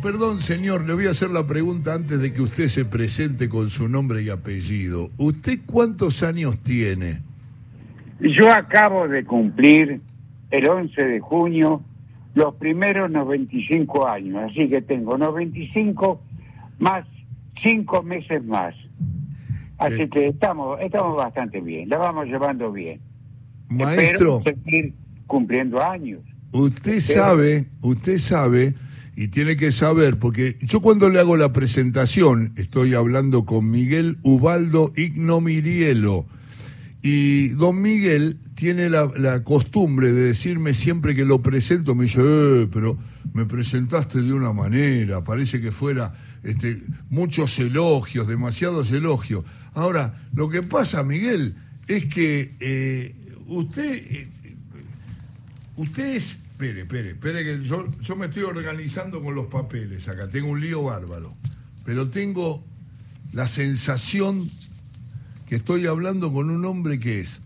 perdón, señor, le voy a hacer la pregunta antes de que usted se presente con su nombre y apellido. ¿Usted cuántos años tiene? Yo acabo de cumplir el 11 de junio los primeros 95 años, así que tengo 95 más 5 meses más. Así que estamos bastante bien, la vamos llevando bien. Maestro, espero seguir cumpliendo años. Usted sabe, y tiene que saber, porque yo cuando le hago la presentación, estoy hablando con Miguel Ubaldo Ignomirielo, y don Miguel tiene la costumbre de decirme siempre que lo presento, me dice, pero me presentaste de una manera, parece que fuera muchos elogios, demasiados elogios. Ahora, lo que pasa, Miguel, es que usted es... Espere, que yo me estoy organizando con los papeles acá, tengo un lío bárbaro, pero tengo la sensación que estoy hablando con un hombre que es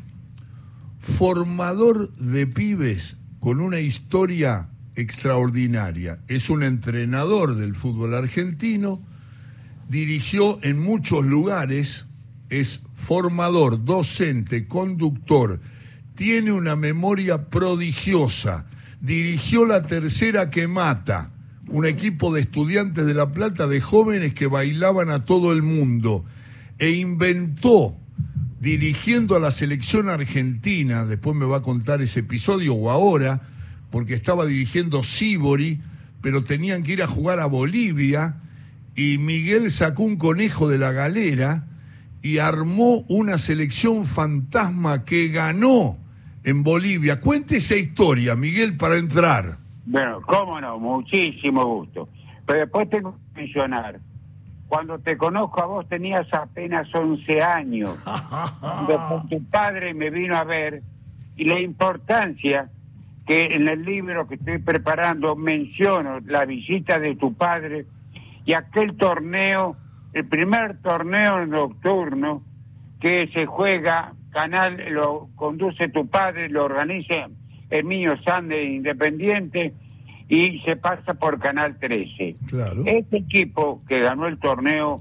formador de pibes con una historia extraordinaria. Es un entrenador del fútbol argentino, dirigió en muchos lugares, es formador, docente, conductor, tiene una memoria prodigiosa, dirigió la Tercera que Mata, un equipo de estudiantes de La Plata de jóvenes que bailaban a todo el mundo, e inventó, dirigiendo a la selección argentina, después me va a contar ese episodio o ahora, porque estaba dirigiendo Sibori, pero tenían que ir a jugar a Bolivia, y Miguel sacó un conejo de la galera y armó una selección fantasma que ganó en Bolivia. Cuente esa historia, Miguel, para entrar. Bueno, cómo no, muchísimo gusto. Pero después tengo que mencionar, cuando te conozco a vos tenías apenas 11 años. Después tu padre me vino a ver, y la importancia que en el libro que estoy preparando menciono la visita de tu padre y aquel torneo, el primer torneo nocturno que se juega, Canal lo conduce tu padre, lo organiza Herminio Sande Independiente y se pasa por Canal 13. Claro. Este equipo que ganó el torneo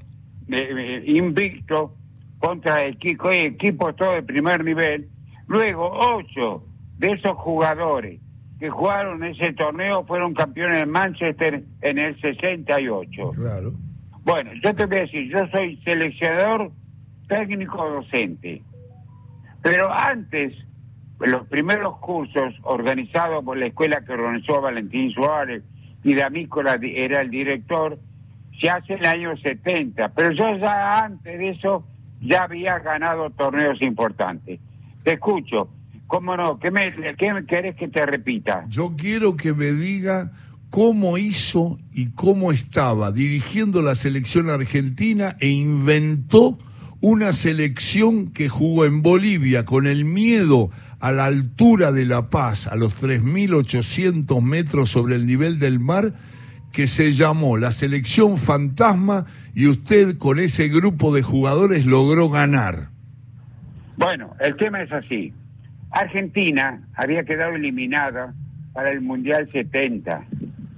invicto contra equipos todo de primer nivel, luego 8 de esos jugadores que jugaron ese torneo fueron campeones de Manchester en el 68. Claro. Bueno, yo te voy a decir, yo soy seleccionador técnico docente, pero antes, los primeros cursos organizados por la escuela que organizó Valentín Suárez y D'Amícola era el director, se hace en el año 70, pero yo ya antes de eso ya había ganado torneos importantes. Te escucho, ¿cómo no? ¿Qué querés que te repita? Yo quiero que me diga cómo hizo y cómo estaba dirigiendo la selección argentina e inventó una selección que jugó en Bolivia con el miedo a la altura de La Paz, a los 3.800 metros sobre el nivel del mar, que se llamó la Selección Fantasma, y usted con ese grupo de jugadores logró ganar. Bueno, el tema es así. Argentina había quedado eliminada para el Mundial 70.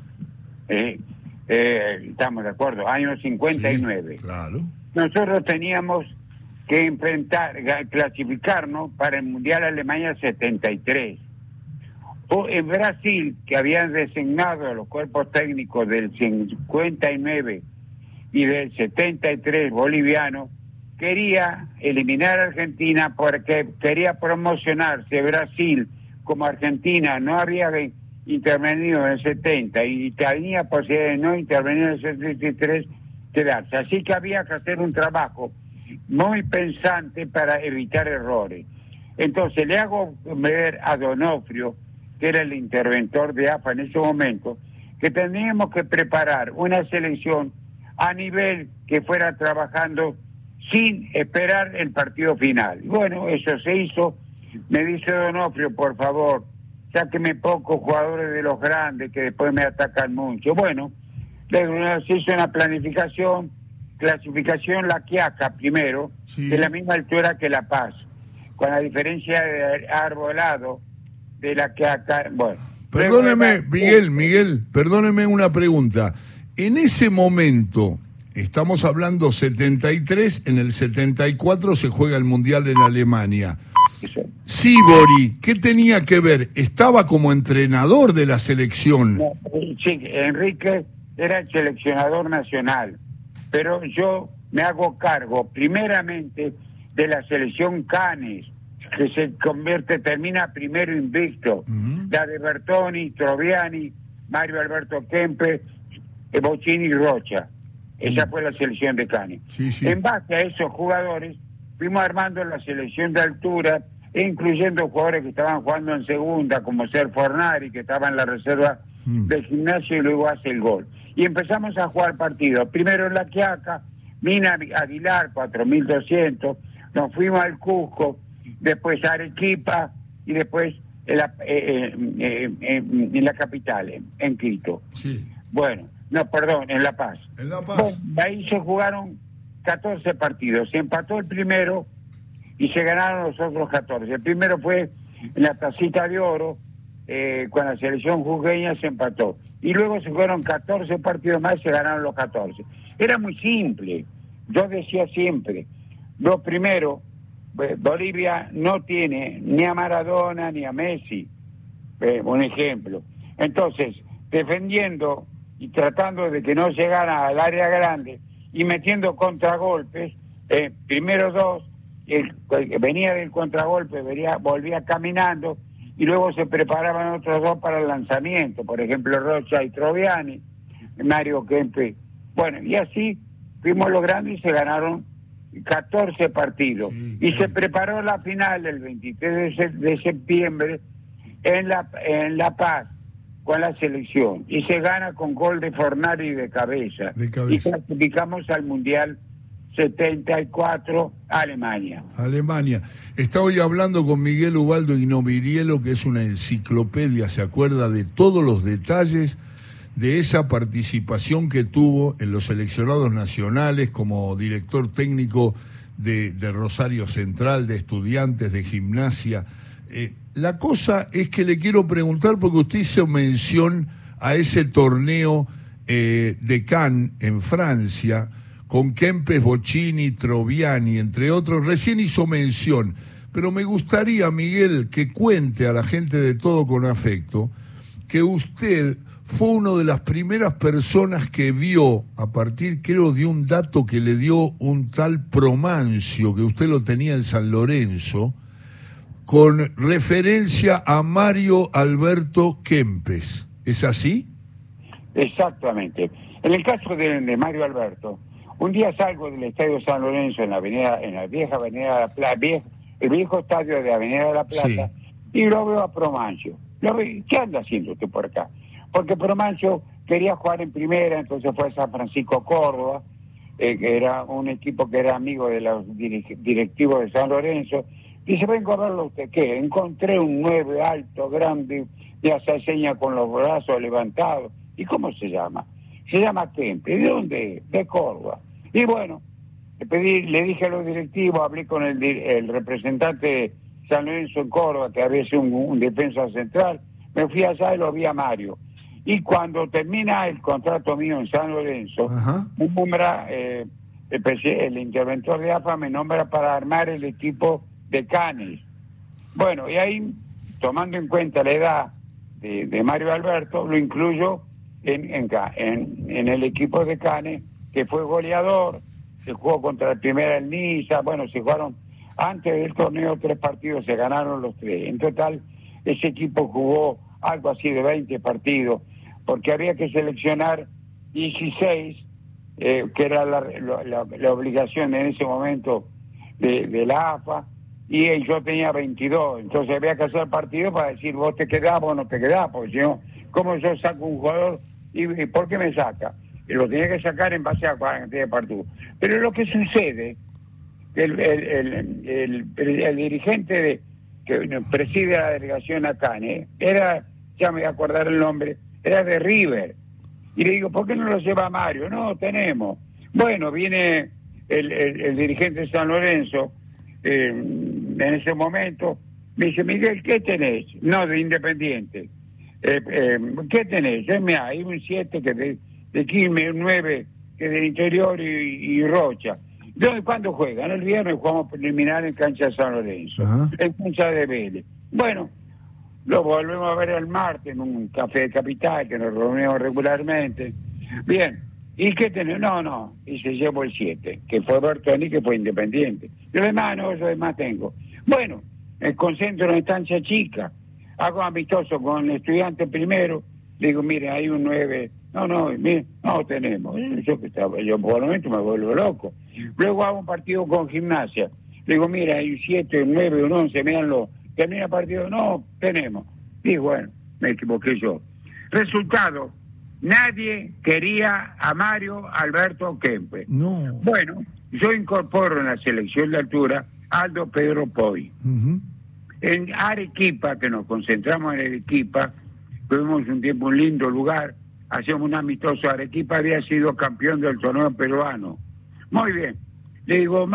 Estamos de acuerdo, año 59. Sí, claro. Nosotros teníamos que clasificarnos para el Mundial Alemania 73. En Brasil, que habían designado a los cuerpos técnicos del 59 y del 73 boliviano, quería eliminar a Argentina porque quería promocionarse. Brasil, como Argentina no había intervenido en el 70 y tenía posibilidad de no intervenir en el 73, quedarse. Así que había que hacer un trabajo muy pensante para evitar errores. Entonces le hago ver a Donofrio, que era el interventor de AFA en ese momento, que teníamos que preparar una selección a nivel que fuera trabajando sin esperar el partido final. Bueno, eso se hizo. Me dice Donofrio, por favor, sáqueme pocos jugadores de los grandes que después me atacan mucho. Bueno, se hizo una planificación, clasificación La Quiaca primero, sí, de la misma altura que La Paz, con la diferencia de Arbolado de La Quiaca. Bueno, perdóneme, Miguel, perdóneme una pregunta. En ese momento, estamos hablando 73, en el 74 se juega el Mundial en Alemania. Sívori, ¿qué tenía que ver? ¿Estaba como entrenador de la selección? No, sí, Enrique era el seleccionador nacional, pero yo me hago cargo primeramente de la selección Canes, que termina primero invicto, la de Bertoni, Troviani, Mario Alberto Kempes, Bocini y Rocha. Esa fue la selección de Canes. Sí, sí. En base a esos jugadores fuimos armando la selección de altura, incluyendo jugadores que estaban jugando en segunda, como Ser Fornari, que estaba en la reserva del Gimnasia y luego hace el gol. Y empezamos a jugar partidos. Primero en La Quiaca, Mina Aguilar, 4.200, nos fuimos al Cusco, después a Arequipa y después en la capital, en Quito. Sí. Bueno, no, perdón, en La Paz. En La Paz. Bueno, ahí se jugaron 14 partidos. Se empató el primero y se ganaron los otros 14. El primero fue en la Tacita de Oro, con la selección jujeña se empató. Y luego se fueron 14 partidos más y se ganaron los 14. Era muy simple. Yo decía siempre, lo primero, Bolivia no tiene ni a Maradona ni a Messi, un ejemplo. Entonces, defendiendo y tratando de que no llegara al área grande y metiendo contragolpes, primero dos, venía del contragolpe, volvía caminando y luego se preparaban otros dos para el lanzamiento, por ejemplo Rocha y Troviani, Mario Kempes. Bueno, y así fuimos logrando y se ganaron 14 partidos. Sí, y se preparó la final el 23 de septiembre en La Paz con la selección. Y se gana con gol de Fornari de cabeza. Y clasificamos al Mundial 74, Alemania. Está hoy hablando con Miguel Ubaldo Ignomirielo, que es una enciclopedia, se acuerda de todos los detalles de esa participación que tuvo en los seleccionados nacionales como director técnico de Rosario Central, de Estudiantes, de Gimnasia. La cosa es que le quiero preguntar, porque usted hizo mención a ese torneo de Cannes en Francia, con Kempes, Bocini, Troviani, entre otros. Recién hizo mención, pero me gustaría, Miguel, que cuente a la gente de Todo con Afecto que usted fue una de las primeras personas que vio, a partir, creo, de un dato que le dio un tal Promancio, que usted lo tenía en San Lorenzo, con referencia a Mario Alberto Kempes. ¿Es así? Exactamente. En el caso de Mario Alberto, un día salgo del Estadio San Lorenzo en la vieja Avenida de la Plata, el viejo estadio de Avenida de la Plata, sí, y lo veo a Promancio. ¿Qué anda haciendo usted por acá? Porque Promancio quería jugar en primera, entonces fue a San Francisco Córdoba, que era un equipo que era amigo de los directivos de San Lorenzo. Dice, vengo a verlo usted. ¿Qué? Encontré un 9 alto, grande, y hace seña con los brazos levantados. ¿Y cómo se llama? Se llama Kempes. ¿De dónde? De Córdoba. Y bueno, le dije a los directivos, hablé con el representante de San Lorenzo en Córdoba, que había sido un defensa central, me fui allá y lo vi a Mario. Y cuando termina el contrato mío en San Lorenzo, me nombra, el interventor de AFA me nombra para armar el equipo de Canes. Bueno, y ahí, tomando en cuenta la edad de Mario Alberto, lo incluyo en el equipo de Canes, que fue goleador, se jugó contra el Primera el Niza, bueno, se jugaron antes del torneo 3 partidos, se ganaron los 3. En total, ese equipo jugó algo así de 20 partidos, porque había que seleccionar 16, que era la obligación en ese momento de la AFA, y yo tenía 22, entonces había que hacer partido para decir, vos te quedás, vos no te quedás, porque si no, ¿cómo yo saco un jugador y por qué me saca? Y lo tenía que sacar en base a la cantidad de partidos. Pero lo que sucede, el dirigente que preside la delegación acá, era, ya me voy a acordar el nombre, era de River. Y le digo, ¿por qué no lo lleva Mario? No, tenemos. Bueno, viene el dirigente de San Lorenzo, en ese momento, me dice, Miguel, ¿qué tenés? No, de Independiente. ¿Qué tenés? Mira, hay un 7 que de Quilmes, un 9 que es del interior y Rocha. Entonces, ¿cuándo juegan? El viernes jugamos preliminar en cancha de San Lorenzo, en cancha de Vélez. Bueno, lo volvemos a ver el martes en un café de Capital, que nos reunimos regularmente. Bien, ¿y qué tenemos? No, y se llevó el 7, que fue Bertoni, que fue Independiente. Yo demás no, yo demás tengo. Bueno, me concentro en estancia chica, hago amistoso con el estudiante primero, digo, mire, hay un 9, mire, no tenemos. Yo por el momento me vuelvo loco. Luego hago un partido con Gimnasia, digo, mira, hay un 7, un 9, un 11, mírenlo. Termina el partido, no, tenemos. Y bueno, me equivoqué yo. Resultado, nadie quería a Mario Alberto Kempe. No. Bueno, yo incorporo en la selección de altura a Aldo Pedro Poi. En Arequipa, que nos concentramos en Arequipa, tuvimos un tiempo un lindo lugar, hacíamos un amistoso. Arequipa había sido campeón del torneo peruano. Muy bien. Le digo,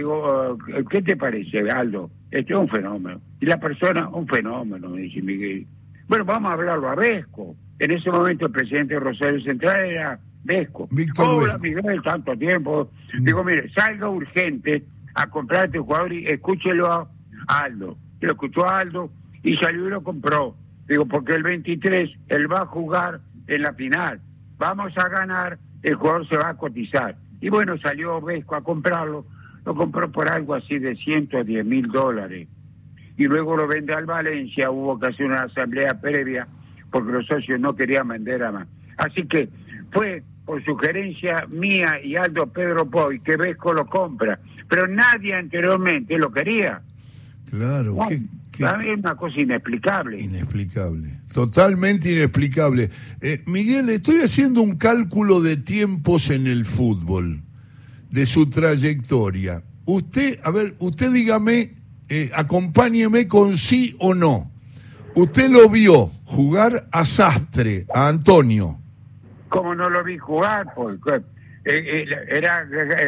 ¿qué te parece, Aldo? Esto es un fenómeno. Y la persona, un fenómeno, me dice Miguel. Bueno, vamos a hablarlo a Vesco. En ese momento el presidente de Rosario Central era Vesco. Hola, Miguel, tanto tiempo. Digo, mire, salga urgente a comprar a este jugador y escúchelo a Aldo. Lo escuchó a Aldo y salió y lo compró. Digo, porque el 23 él va a jugar en la final. Vamos a ganar, el jugador se va a cotizar. Y bueno, salió Vesco a comprarlo. Lo compró por algo así de $110,000. Y luego lo vende al Valencia. Hubo que hacer una asamblea previa porque los socios no querían vender a más. Así que fue por sugerencia mía y Aldo Pedro Poi que Vesco lo compra. Pero nadie anteriormente lo quería. Claro. No, es una cosa inexplicable. Inexplicable. Totalmente inexplicable. Miguel, estoy haciendo un cálculo de tiempos en el fútbol, de su trayectoria. Usted dígame, acompáñeme con sí o no. Usted lo vio jugar a Sastre, a Antonio. ¿Cómo no lo vi jugar? Porque era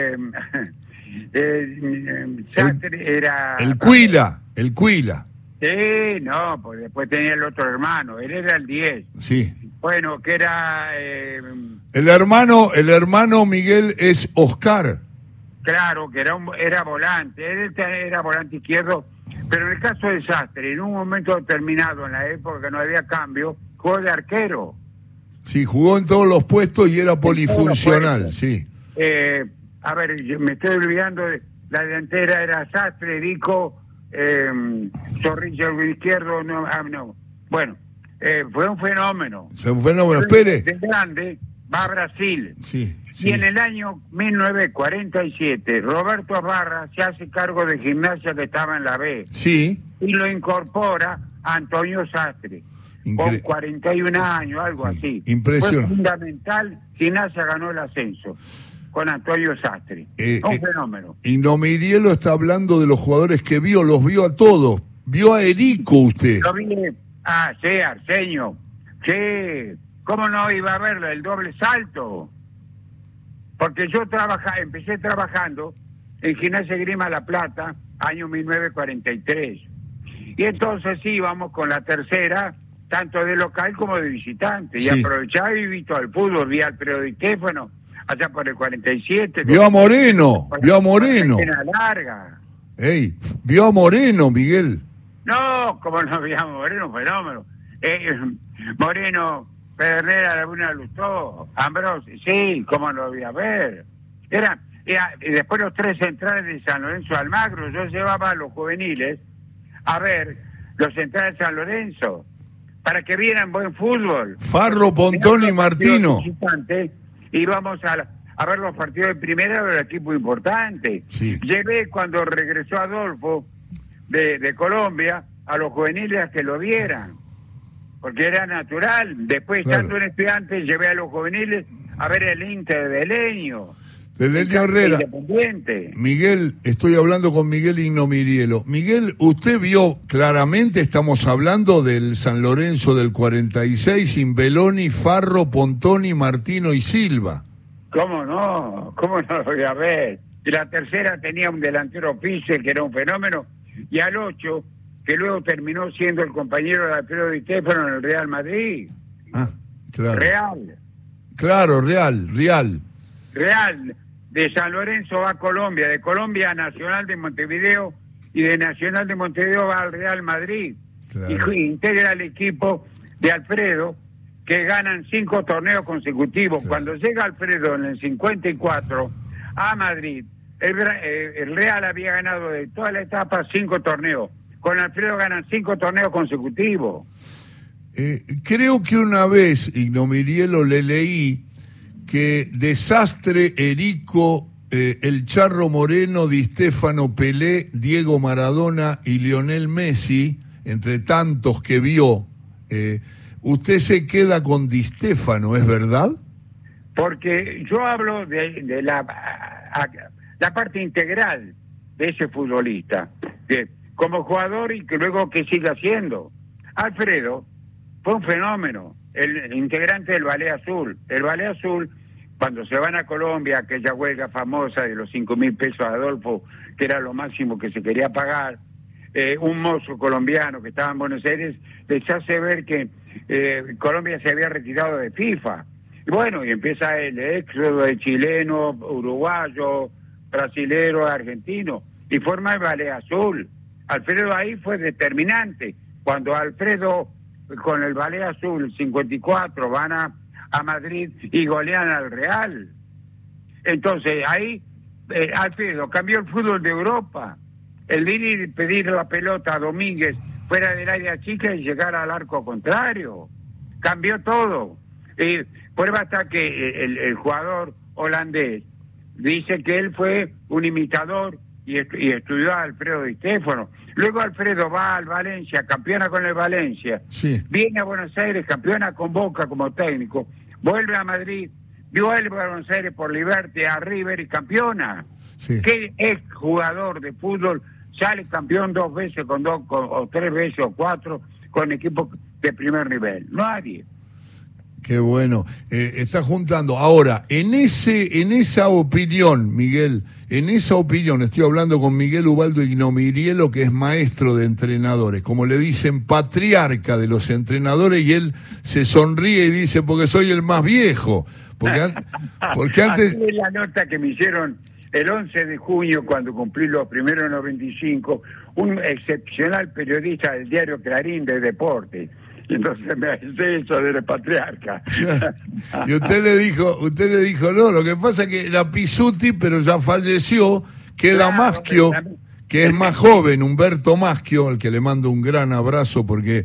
Sastre era... El Cuila. Sí, no, pues después tenía el otro hermano, él era el 10. Sí. Bueno, que era... El hermano Miguel es Oscar. Claro, que era volante, él era volante izquierdo, pero en el caso de Sastre, en un momento determinado, en la época que no había cambio, jugó de arquero. Sí, jugó en todos los puestos y era polifuncional, sí. A ver, yo me estoy olvidando, la delantera era Sastre, Rico, Zorrilla el izquierdo, no. Bueno, fue un fenómeno. Fue un fenómeno, espere. De grande, va a Brasil. Sí. Y en el año 1947, Roberto Barra se hace cargo de Gimnasia que estaba en la B. Sí. Y lo incorpora a Antonio Sastre, con 41 años, algo así. Impresionante. Fue fundamental, Gimnasia ganó el ascenso con Antonio Sastre. Un fenómeno. Y Nomirielo está hablando de los jugadores que vio, los vio a todos. ¿Vio a Erico usted? Lo vi, sí, Arsenio. Sí, ¿cómo no iba a verlo? El doble salto. Porque yo empecé trabajando en Gimnasia Grima La Plata, año 1943. Y entonces íbamos con la tercera, tanto de local como de visitante. Sí. Y aprovechaba y vi todo el fútbol, vi al Periodistéfano, allá por el 47. Vio a Moreno. Larga. Ey, vio a Moreno, Miguel. No, como no vio a Moreno, un fenómeno. Moreno... Pedernera, Laguna Lustó, Ambrosi, sí, cómo lo voy a ver. Y después los tres centrales de San Lorenzo Almagro, yo llevaba a los juveniles a ver los centrales de San Lorenzo, para que vieran buen fútbol. Farro, Pontón y Martino. Íbamos a ver los partidos de primera del equipo importante. Sí. Llevé cuando regresó Adolfo de Colombia a los juveniles a que lo vieran. Porque era natural. Después, claro, estando en Estudiantes, llevé a los juveniles a ver el Inter de Leño. De Leño Herrera. Miguel, estoy hablando con Miguel Ignomirielo. Miguel, usted vio claramente, estamos hablando del San Lorenzo del 46, Imbeloni, Farro, Pontoni, Martino y Silva. ¿Cómo no? ¿Cómo no lo voy a ver? Y la tercera tenía un delantero Pise, que era un fenómeno, y al 8... que luego terminó siendo el compañero de Alfredo Di Stéfano en el Real Madrid. Ah, claro. Real. Claro, Real. Real, de San Lorenzo va a Colombia, de Colombia a Nacional de Montevideo y de Nacional de Montevideo va al Real Madrid. Claro. Y integra el equipo de Alfredo, que ganan 5 torneos consecutivos. Claro. Cuando llega Alfredo en el 54 a Madrid, el Real había ganado de toda la etapa 5 torneos. Con Alfredo ganan 5 torneos consecutivos. Creo que una vez, Ignomirielo, le leí que Desastre, Erico, el Charro Moreno, Di Stéfano, Pelé, Diego Maradona y Lionel Messi, entre tantos que vio, usted se queda con Di Stéfano, ¿es verdad? Porque yo hablo de la parte integral de ese futbolista, que como jugador y que luego que sigue haciendo. Alfredo fue un fenómeno, el integrante del Ballet Azul. El Ballet Azul, cuando se van a Colombia, aquella huelga famosa de los 5.000 pesos a Adolfo, que era lo máximo que se quería pagar, un mozo colombiano que estaba en Buenos Aires les hace ver que Colombia se había retirado de FIFA. Y bueno, y empieza el éxodo de chileno, uruguayo, brasilero, argentino, y forma el Ballet Azul. Alfredo ahí fue determinante. Cuando Alfredo, con el Ballet Azul, 54, van a Madrid y golean al Real. Entonces ahí Alfredo cambió el fútbol de Europa. El ir y pedir la pelota a Domínguez fuera del área chica y llegar al arco contrario. Cambió todo. Prueba hasta que el jugador holandés dice que él fue un imitador y estudió a Alfredo Di Stéfano. Luego Alfredo va al Valencia, campeona con el Valencia. Sí. Viene a Buenos Aires, campeona con Boca como técnico. Vuelve a Madrid, vuelve a Buenos Aires por Liberty, a River y campeona. Sí. ¿Qué exjugador de fútbol sale campeón 2 veces, o 3 veces o 4 con equipos de primer nivel? Nadie. Qué bueno. Está juntando. Ahora, en esa opinión, Miguel, estoy hablando con Miguel Ubaldo Ignomirielo, que es maestro de entrenadores, como le dicen, patriarca de los entrenadores, y él se sonríe y dice, porque soy el más viejo. Porque antes... Aquí es la nota que me hicieron el 11 de junio, cuando cumplí los primeros 95, un excepcional periodista del diario Clarín de Deportes. Y entonces me hace eso del patriarca. Y usted le dijo, no, lo que pasa es que era Pisuti, pero ya falleció, queda claro, Maschio, que es más joven, Humberto Maschio, al que le mando un gran abrazo, porque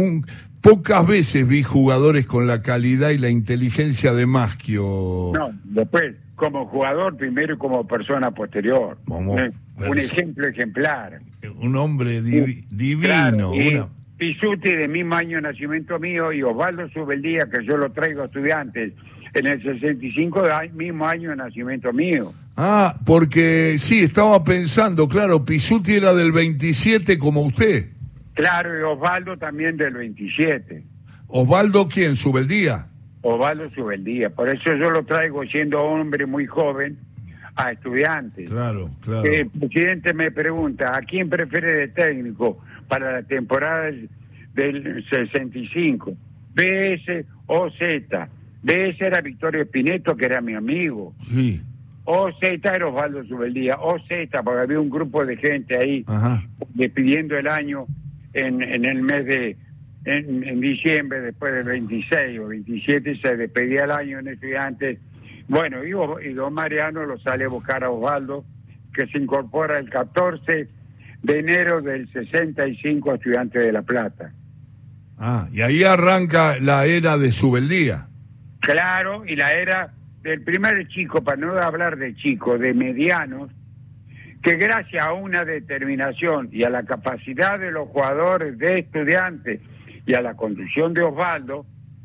pocas veces vi jugadores con la calidad y la inteligencia de Maschio. No, después, como jugador primero y como persona posterior. Un ejemplo ejemplar. Un hombre divino. Claro, Pisuti, de mismo año de nacimiento mío, y Osvaldo Subeldía, que yo lo traigo a estudiantes, en el 65, mismo año de nacimiento mío. Ah, porque sí, estaba pensando, claro, Pisuti era del 27 como usted. Claro, y Osvaldo también del 27. ¿Osvaldo quién? ¿Subeldía? Osvaldo Subeldía, por eso yo lo traigo siendo hombre muy joven a estudiantes. Claro. El presidente me pregunta, ¿a quién prefiere de técnico para la temporada del 65? BS o Z. BS era Victorio Espineto, que era mi amigo. Sí. OZ era Osvaldo Subeldía. OZ, porque había un grupo de gente ahí despidiendo el año en el mes en diciembre, después del 26 o 27, se despedía el año en estudiantes. Bueno, y don Mariano lo sale a buscar a Osvaldo, que se incorpora el 14 de enero del 65 a Estudiantes de La Plata. Ah, y ahí arranca la era de Subeldía. Claro, y la era del primer chico, para no hablar de chicos, de medianos, que gracias a una determinación y a la capacidad de los jugadores de Estudiantes y a la conducción de Osvaldo,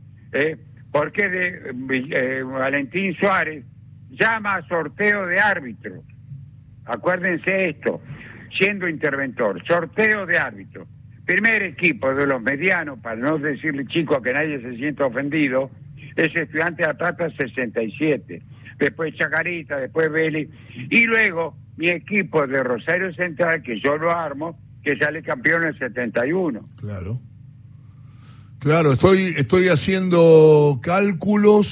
porque Valentín Suárez llama a sorteo de árbitros. Acuérdense esto, siendo interventor, sorteo de árbitros. Primer equipo de los medianos, para no decirle chico que nadie se sienta ofendido, es Estudiantes de La Plata 67. Después Chacarita, después Vélez, y luego mi equipo de Rosario Central, que yo lo armo, que sale campeón en el 71. Claro, estoy haciendo cálculos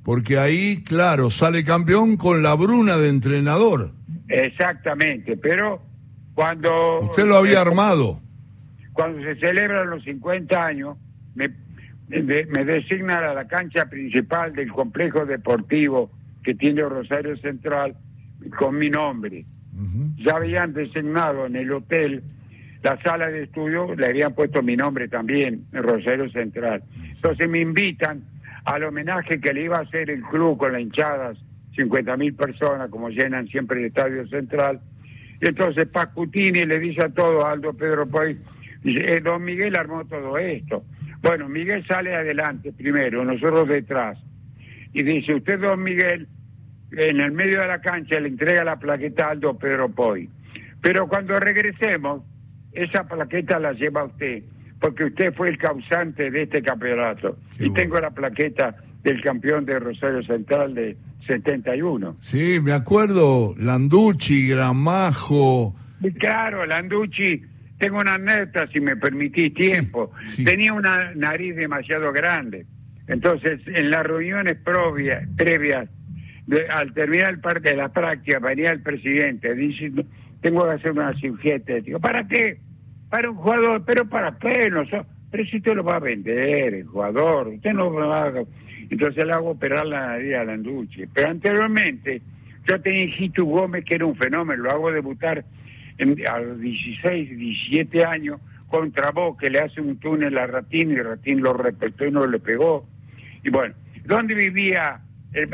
Porque ahí, claro, sale campeón con la Bruna de entrenador. Exactamente, pero cuando... Usted lo había armado. Cuando se celebran los 50 años, me designan a la cancha principal del complejo deportivo que tiene Rosario Central con mi nombre. Ya habían designado en el hotel la sala de estudio, le habían puesto mi nombre también, en Rosario Central. Entonces me invitan al homenaje que le iba a hacer el club con las hinchadas, 50.000 personas, como llenan siempre el Estadio Central. Y entonces Pascutini le dice a todos, Aldo Pedro Poy, don Miguel armó todo esto. Bueno, Miguel sale adelante primero, nosotros detrás. Y dice, usted, don Miguel, en el medio de la cancha le entrega la plaqueta a Aldo Pedro Poy. Pero cuando regresemos, esa plaqueta la lleva usted, porque usted fue el causante de este campeonato. Qué y bueno. Tengo la plaqueta del campeón de Rosario Central de 71. Sí, me acuerdo, Landucci, Gramajo. Y claro, Landucci, tengo una anécdota, si me permitís tiempo. Sí, sí. Tenía una nariz demasiado grande. Entonces, en las reuniones previas al terminar parte de la práctica, venía el presidente diciendo, tengo que hacer una cirugía estética. ¿Para qué? Para un jugador, pero para pelos. Pero si usted lo va a vender, el jugador, usted no lo va a... Entonces le hago operar la nariz a Landucci. Pero anteriormente, yo tenía hijito Gómez, que era un fenómeno, lo hago debutar a los 16, 17 años, contra Boca, que le hace un túnel a Ratín, y Ratín lo respetó y no le pegó. Y bueno, ¿dónde vivía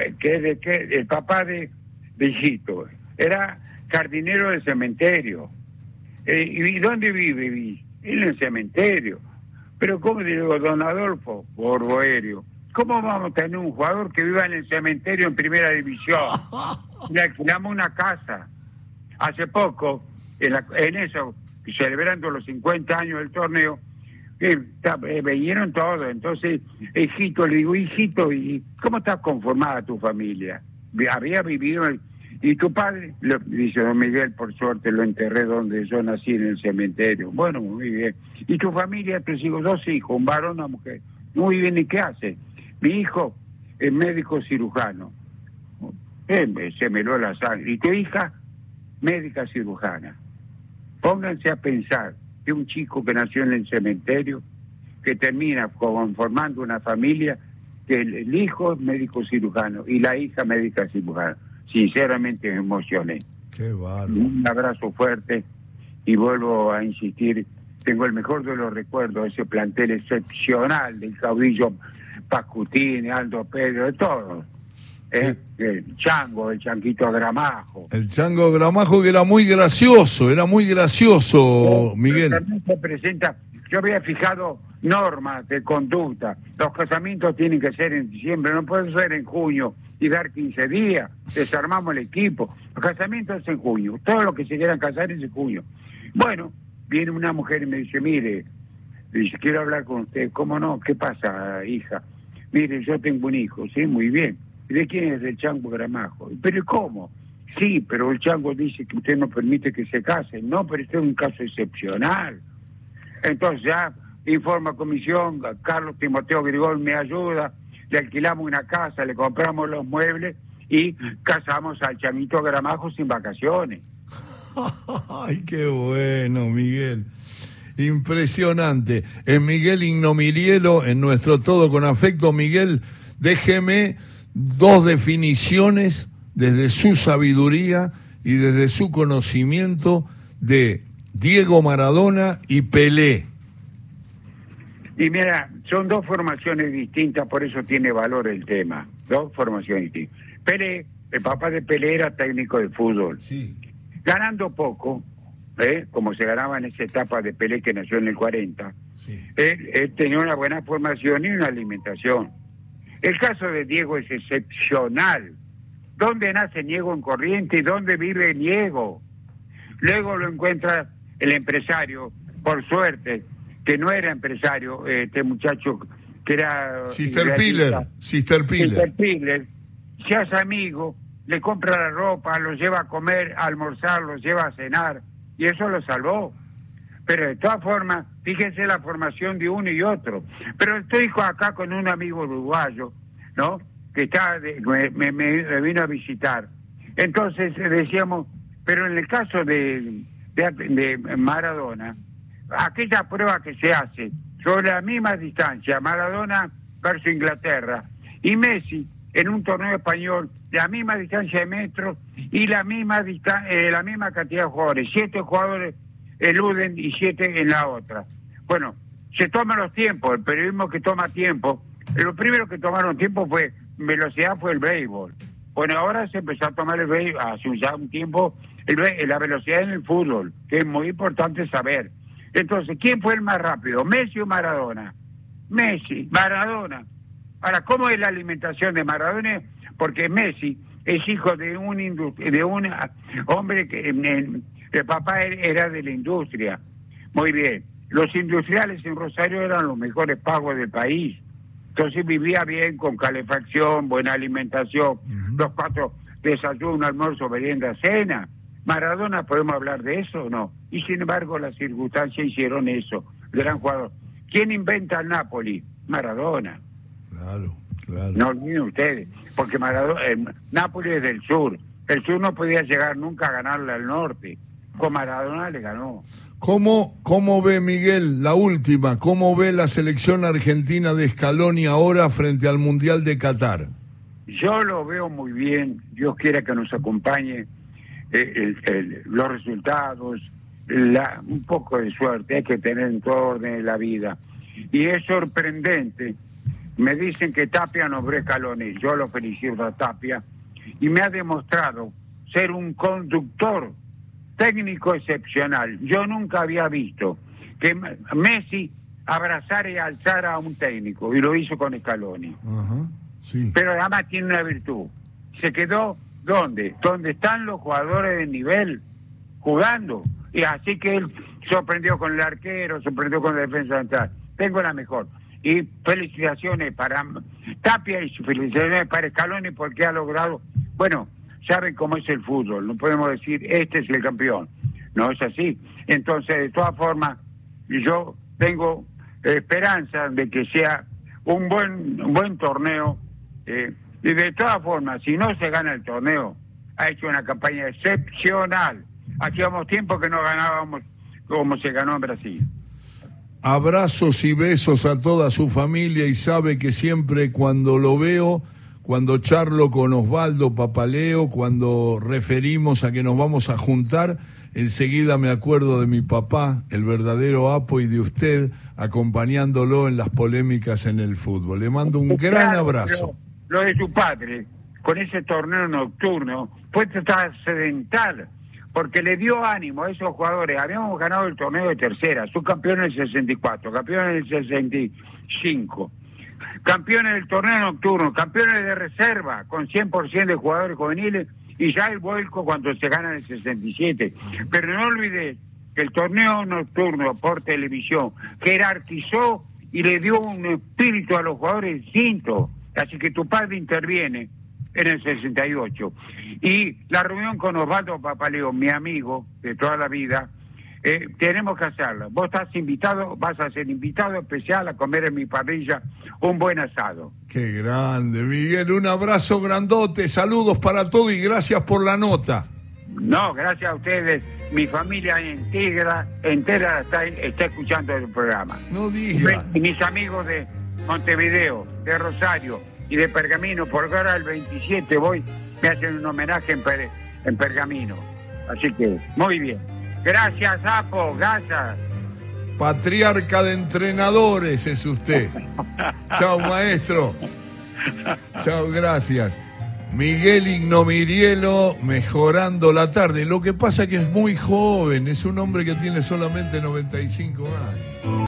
el papá de hijito? Era jardinero del cementerio. ¿Y dónde vive? En el cementerio. Pero ¿cómo digo, don Adolfo Borboerio? ¿Cómo vamos a tener un jugador que viva en el cementerio en primera división? Le alquilamos una casa. Hace poco, en eso, celebrando los 50 años del torneo, vinieron todos. Entonces, hijito, le digo, hijito, ¿y cómo estás conformada tu familia? Había vivido... ¿Y tu padre? Dice don Miguel, por suerte lo enterré donde yo nací, en el cementerio. Bueno, muy bien. ¿Y tu familia? Tus hijos, 2 hijos, un varón, una mujer. Muy bien, ¿y qué hace? Mi hijo es médico cirujano. Se me heló la sangre. ¿Y tu hija? Médica cirujana. Pónganse a pensar que un chico que nació en el cementerio, que termina conformando una familia, que el hijo es médico cirujano y la hija médica cirujana. Sinceramente me emocioné. Qué bárbaro. Un abrazo fuerte y vuelvo a insistir, tengo el mejor de los recuerdos, ese plantel excepcional del caudillo Pascutini, Aldo Pedro, de todos. El Chango, el Changuito Gramajo. El Chango Gramajo, que era muy gracioso, Miguel. También se presenta, yo había fijado normas de conducta. Los casamientos tienen que ser en diciembre, no pueden ser en junio y dar 15 días, desarmamos el equipo. Los casamientos es en junio, todo lo que se quieran casar es en junio. Bueno, viene una mujer y me dice, mire, dice, quiero hablar con usted. ¿Cómo no? ¿Qué pasa, hija? Mire, yo tengo un hijo, sí, muy bien. ¿Y de quién es? El Chango Gramajo. ¿Pero cómo? Sí, pero el Chango dice que usted no permite que se casen. No, pero este es un caso excepcional. Entonces ya informa comisión, Carlos Timoteo Grigol me ayuda, le alquilamos una casa, le compramos los muebles y casamos al Changuito Gramajo sin vacaciones. ¡Ay, qué bueno, Miguel! Impresionante. En Miguel Ignomilielo, en nuestro Todo con Afecto, Miguel, déjeme 2 definiciones desde su sabiduría y desde su conocimiento de Diego Maradona y Pelé. Y mira, son 2 formaciones distintas, por eso tiene valor el tema. 2 formaciones distintas. Pelé, el papá de Pelé era técnico de fútbol. Sí. Ganando poco, como se ganaba en esa etapa de Pelé que nació en el 40, sí. Él tenía una buena formación y una alimentación. El caso de Diego es excepcional. ¿Dónde nace Diego? En Corrientes, y dónde vive Diego. Luego lo encuentra el empresario, por suerte, que no era empresario, este muchacho que era... Sister Piller. Se hace amigo, le compra la ropa, lo lleva a comer, a almorzar, lo lleva a cenar, y eso lo salvó. Pero de todas formas, fíjense la formación de uno y otro. Pero estoy acá con un amigo uruguayo, ¿no? que me vino a visitar. Entonces decíamos, pero en el caso de Maradona, aquella prueba que se hace sobre la misma distancia, Maradona versus Inglaterra, y Messi en un torneo español, la misma distancia de metros y la misma cantidad de jugadores, 7 jugadores eluden y 7 en la otra. Bueno, se toman los tiempos, el periodismo que toma tiempo. Lo primero que tomaron tiempo fue velocidad, fue el béisbol. Bueno, ahora se empezó a tomar el béisbol, hace ya un tiempo, la velocidad en el fútbol, que es muy importante saber. Entonces, ¿quién fue el más rápido, Messi o Maradona? Messi, Maradona. Ahora, ¿cómo es la alimentación de Maradona? Porque Messi es hijo de un hombre que el papá era de la industria. Muy bien. Los industriales en Rosario eran los mejores pagos del país. Entonces vivía bien, con calefacción, buena alimentación, los 4 desayuno, almuerzo, merienda, cena. Maradona, ¿podemos hablar de eso o no? Y sin embargo las circunstancias hicieron eso. Gran jugador. ¿Quién inventa el Napoli? Maradona. Claro. No olviden ustedes, porque Napoli es del sur. El sur no podía llegar nunca a ganarle al norte. Con Maradona le ganó. ¿Cómo ve, Miguel, la última? ¿Cómo ve la selección argentina de Scaloni ahora frente al Mundial de Qatar? Yo lo veo muy bien. Dios quiera que nos acompañe los resultados, un poco de suerte. Hay que tener en todo orden en la vida. Y es sorprendente. Me dicen que Tapia nombró Scaloni. Yo lo felicito a Tapia. Y me ha demostrado ser un conductor técnico excepcional. Yo nunca había visto que Messi abrazara y alzara a un técnico, y lo hizo con Scaloni. Sí. Pero además tiene una virtud. Se quedó, ¿dónde? Donde están los jugadores de nivel jugando. Y así que él sorprendió con el arquero, sorprendió con la defensa central. Tengo la mejor. Y felicitaciones para Tapia y felicitaciones para Scaloni porque ha logrado, bueno, saben cómo es el fútbol, no podemos decir este es el campeón, no es así. Entonces, de todas formas, yo tengo esperanza de que sea un buen torneo, y de todas formas, si no se gana el torneo, ha hecho una campaña excepcional. Hacíamos tiempo que no ganábamos como se ganó en Brasil. Abrazos y besos a toda su familia, y sabe que siempre cuando lo veo, cuando charlo con Osvaldo Papaleo, cuando referimos a que nos vamos a juntar, enseguida me acuerdo de mi papá, el verdadero Apo, y de usted acompañándolo en las polémicas en el fútbol. Le mando un gran abrazo. Lo de su padre, con ese torneo nocturno, fue trascendental, porque le dio ánimo a esos jugadores. Habíamos ganado el torneo de tercera, subcampeón en el 64, campeón en el 65. Campeones del torneo nocturno, campeones de reserva con 100% de jugadores juveniles, y ya el vuelco cuando se gana en el 67. Pero no olvides que el torneo nocturno por televisión jerarquizó y le dio un espíritu a los jugadores distinto. Así que tu padre interviene en el 68. Y la reunión con Osvaldo Papaleo, mi amigo de toda la vida, tenemos que hacerla. Vos estás invitado, vas a ser invitado especial a comer en mi parrilla un buen asado. Qué grande, Miguel. Un abrazo grandote, saludos para todos y gracias por la nota. No, gracias a ustedes. Mi familia entera está escuchando el programa. No digas. Y mis amigos de Montevideo, de Rosario y de Pergamino, porque ahora el 27 me hacen un homenaje en Pergamino. Así que, muy bien. Gracias, Apo, gracias. Patriarca de entrenadores es usted. Chao, maestro. Chao, gracias. Miguel Ignomirielo, mejorando la tarde. Lo que pasa es que es muy joven, es un hombre que tiene solamente 95 años.